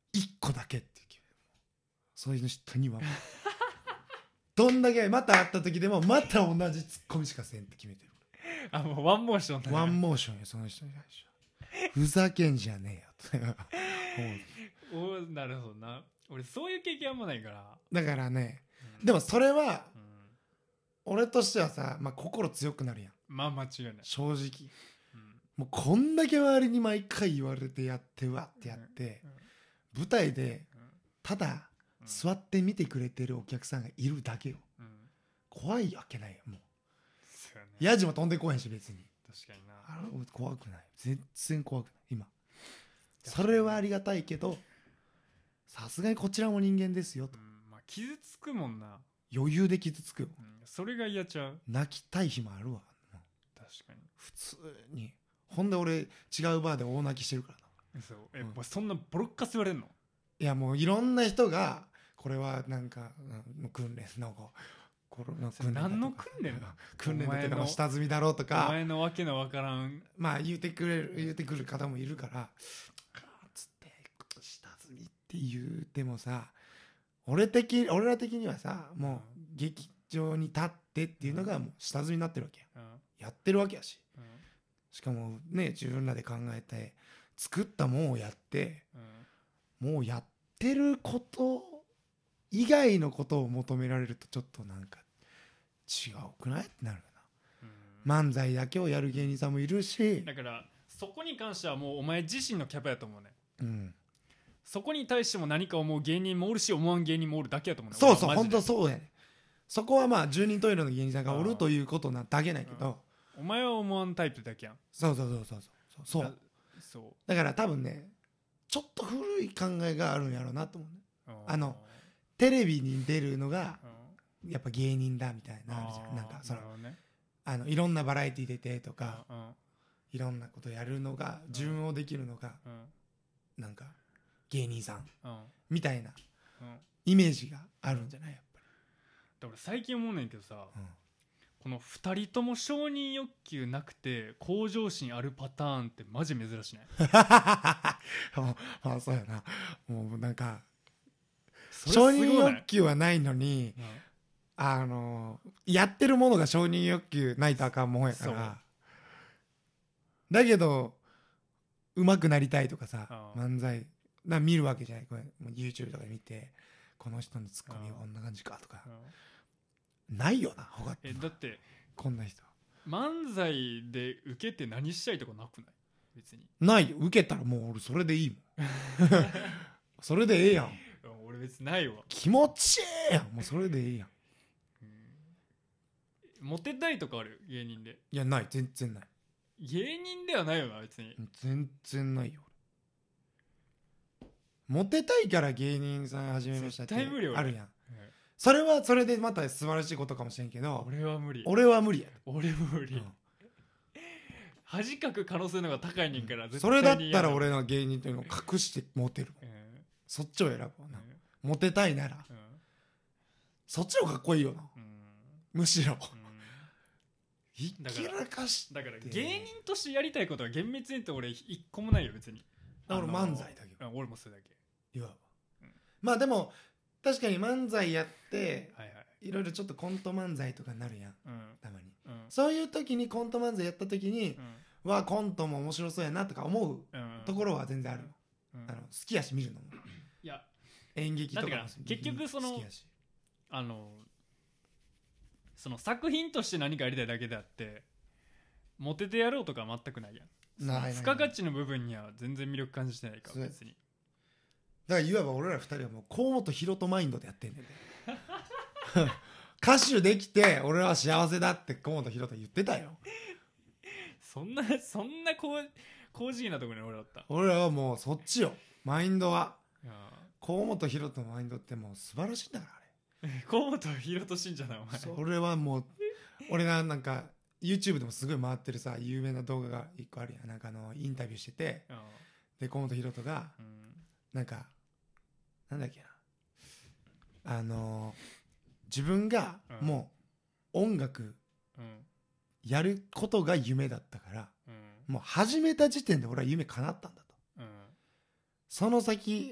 1個だけっていう決める。そういう人にはどんだけまた会った時でもまた同じツッコミしかせんって決めてる。 あ、もうワンモーションだね。 ワンモーションよ、その人に対してふざけんじゃねえよお、なるほどな。俺そういう経験あんまないから。 だからね、でもそれは、俺としてはさ、まあ、心強くなるやん。 まあ間違いない。 正直、もうこんだけ周りに毎回言われてやってわってやって、舞台でただ座って見てくれてるお客さんがいるだけよ、怖いわけないよ。もうヤジも飛んでこへんし別に。 確かにな。 怖くない、全然怖くない今。それはありがたいけど、さすがにこちらも人間ですよと、 まあ、傷つくもんな。 余裕で傷つくよ、 それが嫌ちゃう。 泣きたい日もあるわ。 確かに普通に。ほんで俺違うバーで大泣きしてるからな。 そう、もうそんなボロッカス言われんの？ いやもういろんな人がこれはなんか訓練の何の訓練だ訓練だけど下積みだろうとか、 お前のわけのわからんまあ言うてくる方もいるから、つって下積みって言うてもさ、俺ら的にはさ、もう劇場に立ってっていうのがもう下積みになってるわけや、やってるわけやし、しかもね自分らで考えて作ったもんをやって、もうやってること以外のことを求められるとちょっとなんか違うくないってなるよな。漫才だけをやる芸人さんもいるし、 だからそこに関してはもうお前自身のキャパやと思うね。そこに対しても何か思う芸人もおるし、思わん芸人もおるだけやと思うね。 そうそう、本当そうやね。そこはまあ10人トイレの芸人さんがおるということなだけないけど、 お前は思わんタイプだけやん。 そうだから多分ね、ちょっと古い考えがあるんやろうなと思うね。テレビに出るのがやっぱ芸人だみたいなあるじゃん。なんかそのいろんなバラエティ出てとか、いろんなことやるのが順応できるのがなんか芸人さんみたいなイメージがあるんじゃない？やっぱりだから最近思うねんけどさ、この2人とも承認欲求なくて向上心あるパターンってマジ珍しない？ あそうやな。もうなんか承認欲求はないのに、やってるものが承認欲求ないとあかんもんやから。だけど上手くなりたいとかさ、漫才見るわけじゃない。これ YouTube とかで見て、この人のツッコミはこんな感じかとかないよな。他だってこんな人漫才で受けて何したいとかなくない？別にないよ。受けたらもう俺それでいいもんそれでええやん。 俺別にないわ。 気持ちええやん。もうそれでええやん。 モテたいとかある？芸人で。 いやない、全然ない。 芸人ではないよな別に。 全然ないよ。モテたいから芸人さん始めましたってあるやん。それはそれでまた素晴らしいことかもしれんけど、 俺は無理。 俺は無理や。 俺も無理。恥かく可能性の方が高いねんから絶対に。それだったら俺の芸人というのを隠してモテるもん。そっちを選ぶわな。モテたいならそっちの方がかっこいいよな。むしろひっきらかして。 だから芸人としてやりたいことは厳密に言って俺一個もないよ別に。 俺漫才だけ。 俺もそれだけ。 いわばまあでも確かに漫才やっていろいろちょっとコント漫才とかになるやん、たまに、そういう時にコント漫才やった時に、わコントも面白そうやなとか思うところは全然ある。好きやし見るのも。 いや演劇とかも結局そのその作品として何かやりたいだけであってモテてやろうとかは全くないやん。付加価値の部分には全然魅力感じてないから別に。 だからいわば俺ら二人はもう河本大翔マインドでやってんねんで歌手できて俺は幸せだって河本大翔言ってたよ。 そんな高次元なところに俺だった。 俺らはもうそっちよ。マインドは河本大翔のマインドってもう素晴らしいんだからあれ。 河本大翔信者なお前。 それはもう俺がなんか YouTube でもすごい回ってるさ有名な動画が一個あるやん。なんかインタビューしてて、で河本大翔がなんかなんだっけな、自分がもう音楽やることが夢だったから、もう始めた時点で俺は夢叶ったんだと、その先もう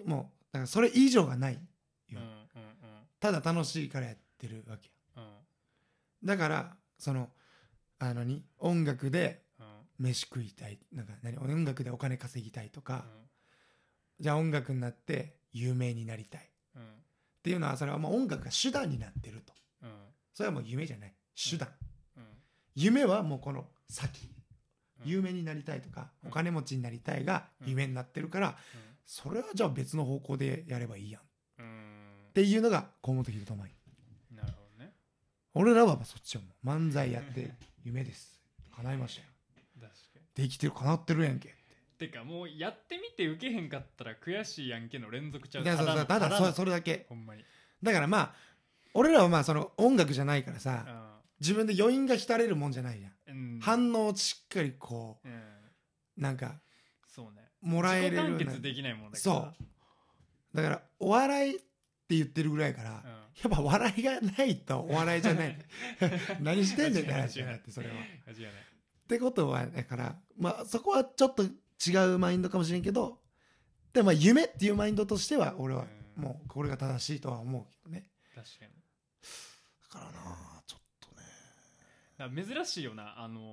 からそれ以上がないよ、 うんうんうん、 ただ楽しいからやってるわけ、うん、だからその音楽で飯食いたい、なんか音楽でお金稼ぎたいとか、じゃあ音楽になって有名になりたい、っていうのはそれはもう音楽が手段になってると、それはもう夢じゃない、手段、夢はもうこの先、有名になりたいとか、お金持ちになりたいが夢になってるから、それはじゃあ別の方向でやればいいやん、っていうのが河本秀友。 なるほどね。 俺らはそっちをもう漫才やって夢です叶いましたよ。 確かにできてる、叶ってるやんけてかもうやってみて受けへんかったら悔しいやんけの連続ちゃう。 ただそれだけほんまに。 だからまあ俺らはまあその音楽じゃないからさ、自分で余韻が浸れるもんじゃないやん、反応をしっかりこう、なんかそうね、 もらえれる自己完結できないもんだから。 そうだからお笑いって言ってるぐらいから、やっぱ笑いがないとお笑いじゃない何してんねんって話だってそれはってことはだからまあそこはちょっと違うマインドかもしれんけど、でもまあ夢っていうマインドとしては俺はもうこれが正しいとは思うけどね。 確かに。 だからなちょっとね、 だから珍しいよな、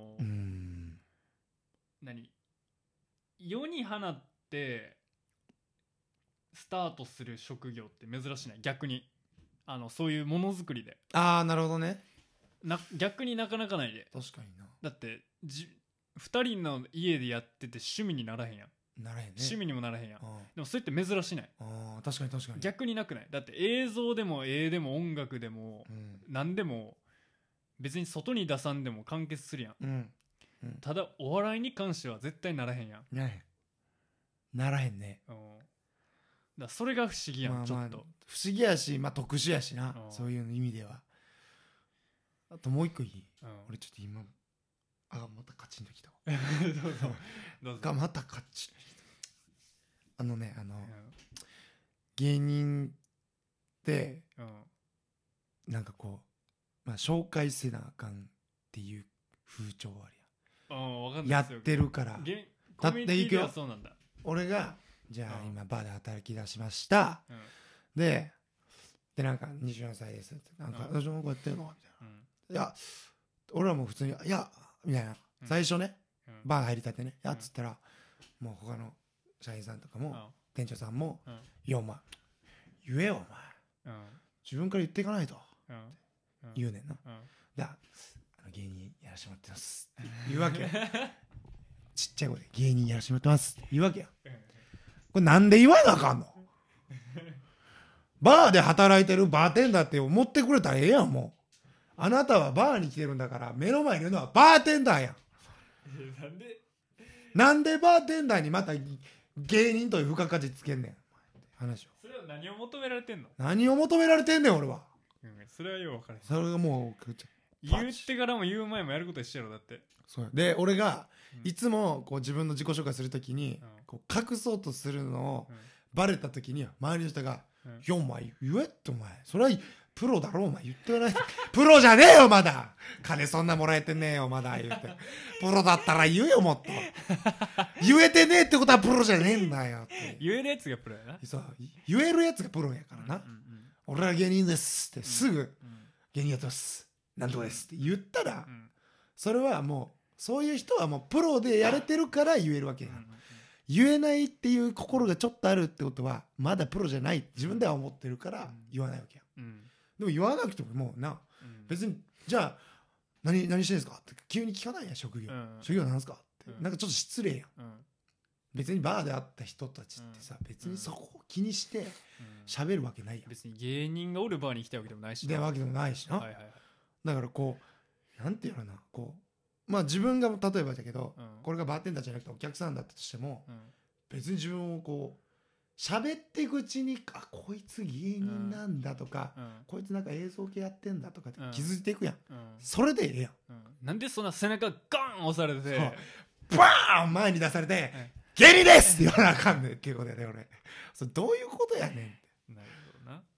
何世に放ってスタートする職業って珍しいない、逆にそういうものづくりで。 ああなるほどね。 逆になかなかないで。 確かにな。 だって2人の家でやってて趣味にならへんやん。 ならへんね。 趣味にもならへんやん。でもそれって珍しない。 ああ確かに確かに。 逆になくない？だって映像でも絵でも音楽でも、何でも別に外に出さんでも完結するやん、ただお笑いに関しては絶対ならへんやん。 ならへんね。 だそれが不思議やん、ちょっと不思議やし、まあ特殊やしな、そういう意味では。あともう一個いい？俺ちょっと今またカチンときたわどうぞまたカチンときた。芸人ってなんかこう、まあ、紹介せなあかんっていう風潮あるやん。やってるからだっていくよ。 俺がじゃあ今バーで働き出しました、でなんか24歳ですってなんかどうやってんのみたいな、いや俺らも普通にいやみたいな、最初ね、バー入りたてねやっつったら、もう他の社員さんとかも店長さんも、いやお前言えよお前、自分から言っていかないと言うねんな。で芸人やらしてもらってますって言うわけよちっちゃい声で芸人やらしてもらってますって言うわけよ。これなんで言わなあかんのバーで働いてるバーテンダーって思ってくれたらええやん。もうあなたはバーに来てるんだから目の前にいるのはバーテンダーやん。なんでバーテンダーにまた芸人という付加価値つけんねん話を。 それは何を求められてんの？ 何を求められてんねん俺は。 それはよう分からへん。 それがもう言ってからも言う前もやること一緒やろ。だってそうで俺がいつもこう自分の自己紹介するときにこう隠そうとするのをバレたときに周りの人が「いやお前言えってお前それはプロだろお前言ってないプロじゃねえよまだ金そんなもらえてねえよまだ」言って「プロだったら言えよもっと言えてねえってことはプロじゃねえんだよ」って言えるやつがプロやな。 そう言えるやつがプロやからな。俺ら芸人ですってすぐ芸人やってますなんとかですって言ったら、それはもうそういう人はもうプロでやれてるから言えるわけや、言えないっていう心がちょっとあるってことはまだプロじゃない自分では思ってるから言わないわけや、でも言わなくてももうな、別にじゃあ何してんですかって急に聞かないやん。職業なんですかって、なんかちょっと失礼やん、別にバーで会った人たちってさ、別にそこを気にして喋るわけないやん。 別に芸人がおるバーに来たわけでもないしな。わけでもないしな。だからこうなんていうのかな、こうまあ自分が例えばだけど、これがバーテンダーじゃなくてお客さんだったとしても、別に自分をこう喋っていくうちにこいつ芸人なんだとか、こいつなんか映像系やってんだとかって気づいていくやん、それでええやん、 なんでそんな背中ガン押されてバーン前に出されて、芸人ですって言わなあかんねんっていうことやね俺。それどういうことやねんって。 なるほどな。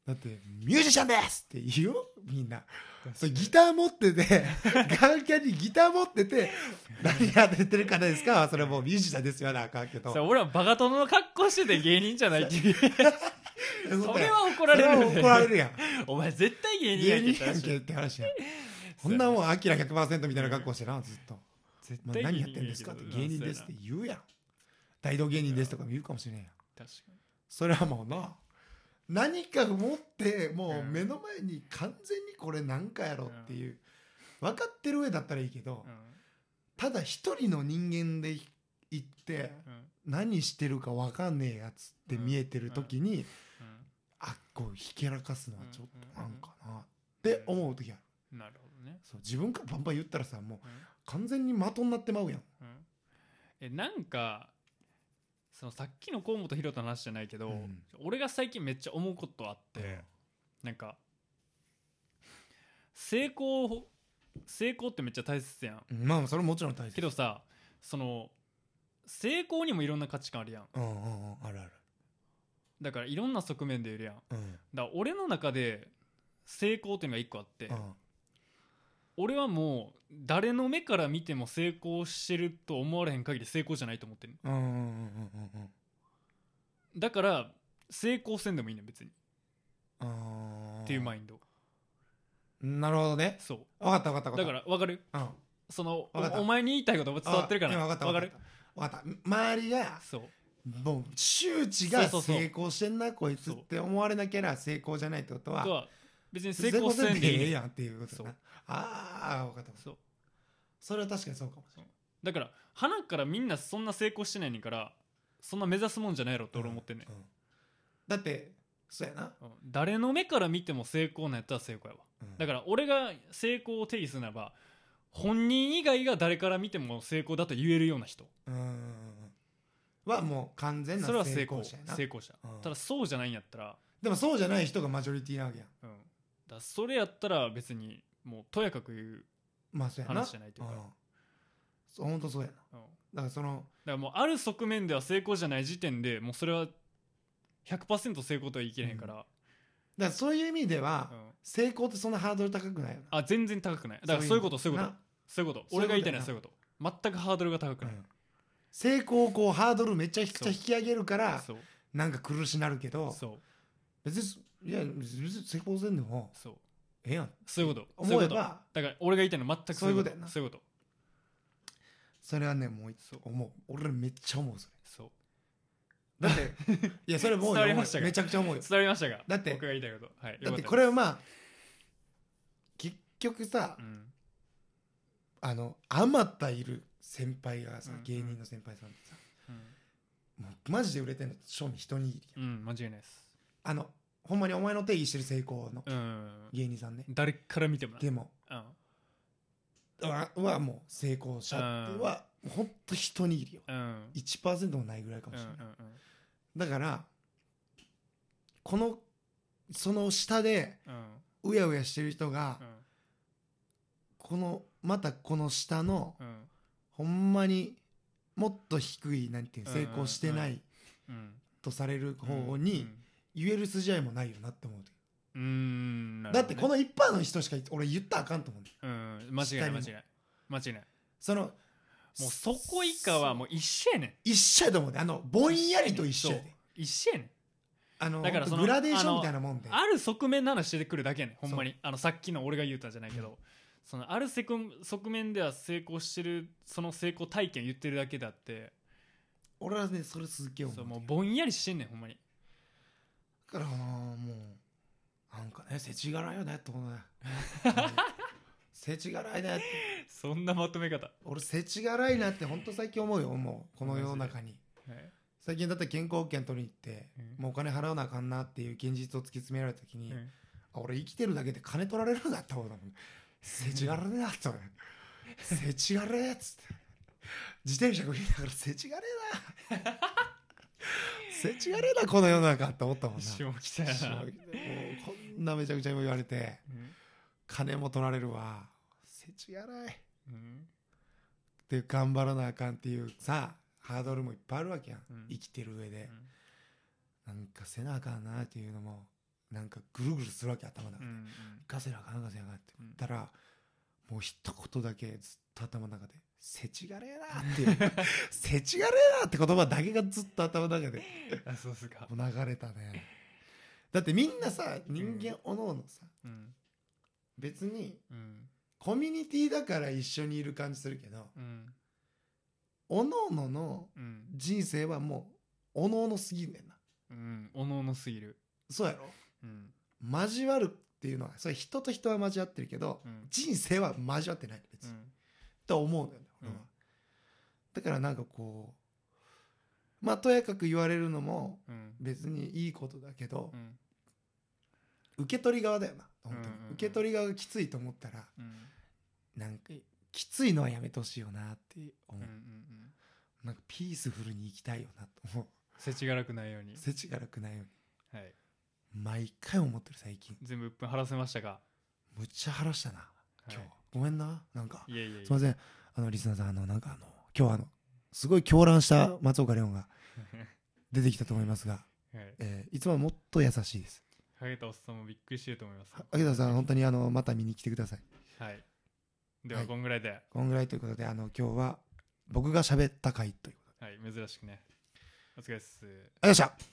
だってミュージシャンですって言うよみんな。それギター持ってて楽器にギター持ってて何やってる方ですか、それはもうミュージシャンですよなあかんけど、 俺はバカ殿の格好してて芸人じゃないっていうそれは怒られる、 それは怒られるやんお前絶対芸人やんけって話やんこんなもんアキラ 100% みたいな格好してなずっと絶対何やってんですかって芸人ですって言うやん、大道芸人ですとか言うかもしれんやん。確かにそれはもうな何か持ってもう目の前に完全にこれ何かやろっていう分かってる上だったらいいけど、ただ一人の人間で行って何してるか分かんねえやつって見えてる時にあっこうひけらかすのはちょっとなんかなって思う時ある。 なるほどね。 そう自分からバンバン言ったらさもう完全に的になってまうやん。 なんかそのさっきの河本大翔の話じゃないけど、俺が最近めっちゃ思うことあって、なんか成功ってめっちゃ大切やん。 まあそれもちろん大切けどさ、その成功にもいろんな価値観あるやん。 あるある。 だからいろんな側面でいるやん。だから俺の中で成功っていうのが一個あって、俺はもう誰の目から見ても成功してると思われへん限り成功じゃないと思ってる。だから成功せんでもいいねん別にっていうマインド。 なるほどね。 そう分かった分かっただから分かる、そのお前に言いたいこと伝わってるかな。 分かる分かった。周りがそうもう周知が成功してんなこいつって思われなきゃ成功じゃないってことは別に成功せんでいいやんっていうことだな。ああ分かった。 そうそれは確かにそうかもしれない。 だから鼻からみんなそんな成功してないねんからそんな目指すもんじゃないやろって俺思ってんねん、 だってそうやな、 誰の目から見ても成功なんやったら成功やわ、だから俺が成功を定義するならば本人以外が誰から見ても成功だと言えるような人はもう完全な成功者やな。 成功者、ただそうじゃないんやったらでもそうじゃない人がマジョリティなわけやん、 だからそれやったら別にもうとやかく言う話じゃないというか、 本当そうやな、だからもうある側面では成功じゃない時点でもうそれは 100% 成功とは言い切れへんから、 だからそういう意味では、成功ってそんなハードル高くないよな。 全然高くない。だからそういうこと俺が言いたいのはそういうこと、全くハードルが高くない、 成功をこうハードルめちゃくちゃ引き上げるからなんか苦しなるけど、別にいや別に成功せんでもええやん、 そういうこと思えば、 だから俺が言いたいのは全くそういうことやな。 そういうこと、 それはねもう思う。俺めっちゃ思うそれ。 そうだっていやそれもう伝わりましたがめちゃくちゃ思うよ。 伝わりましたがだって僕が言いたいこと、 だってこれはまあ結局さ、あまたいる先輩がさ、芸人の先輩さんってさ、もうマジで売れてんの正味一握りやん。 間違いないです。 ほんまにお前の定義してる成功の芸人さんね、 誰から見てもな。 でもはもう成功者はほんと一握りよ、1% もないぐらいかもしれない、だからその下でうやうやしてる人が、またこの下の、ほんまにもっと低いなんていう成功してないとされる方に言える筋合いもないよなって思う。だってこの一般の人しか俺言ったらあかんと思う。 間違いないもうそこ以下はもう一緒やねん。 一緒やと思うで、ぼんやりと一緒やで。 一緒やねん。だからグラデーションみたいなもんで、 ある側面の話してくるだけやねんほんまに。さっきの俺が言うたじゃないけど、そのある側面では成功してるその成功体験言ってるだけであって、 俺はねそれ続けよう。 もうぼんやりしてんねんほんまに。 だからもうなんかね世知辛いよねってことね世知辛いねって。 そんなまとめ方。 俺世知辛いなって本当最近思うよ。もうこの世の中に、最近だって健康保険取りに行って、もうお金払わなあかんなっていう現実を突き詰められた時に、俺生きてるだけで金取られるんだって思う。世知辛いなって世知辛いっつって自転車こぎながら世知辛いな世知辛いなこの世の中って思ったもんな。 下北やな。もうこんなめちゃくちゃ言われて、金も取られるわ世知辛い、で頑張らなあかんっていうさハードルもいっぱいあるわけやん、生きてる上で、なんかせなあかんなっていうのもなんかぐるぐるするわけ頭の中で、ガセラガンガセラガンって言ったら、もう一言だけずっと頭の中でせちがれえなっていうせちがれえなって言葉だけがずっと頭の中であ、そうっすか。 流れたね。だってみんなさ、人間おのおのさ、別にコミュニティだから一緒にいる感じするけど、おのおのの人生はもうおのおのすぎんねんな。 おのおのすぎる。 そうやろ、交わるっていうのはそれ人と人は交わってるけど、人生は交わってない別に、と思うのよね、俺は。だからなんかこうまあとやかく言われるのも別にいいことだけど、受け取り側だよな本当に、受け取り側がきついと思ったら、なんかきついのはやめてほしいよなって思う、なんかピースフルに生きたいよなと思う。 せちがらくないように、 せちがらくないように、 はい、 毎回思ってる最近。 全部1分晴らせましたか？ むっちゃ晴らしたな今日、ごめんな、なんかいやいやいや、 すいませんリスナーさん、なんか今日はすごい狂乱した松岡レオンが出てきたと思いますが、いつもはもっと優しいです。 ハゲタおっさんもびっくりしてると思います。 ハゲタさん本当にまた見に来てください。 はい、ではこんぐらいで、 こんぐらいということで、今日は僕が喋った回ということで、 はい、珍しくね、お疲れっす。 ありがとうございました。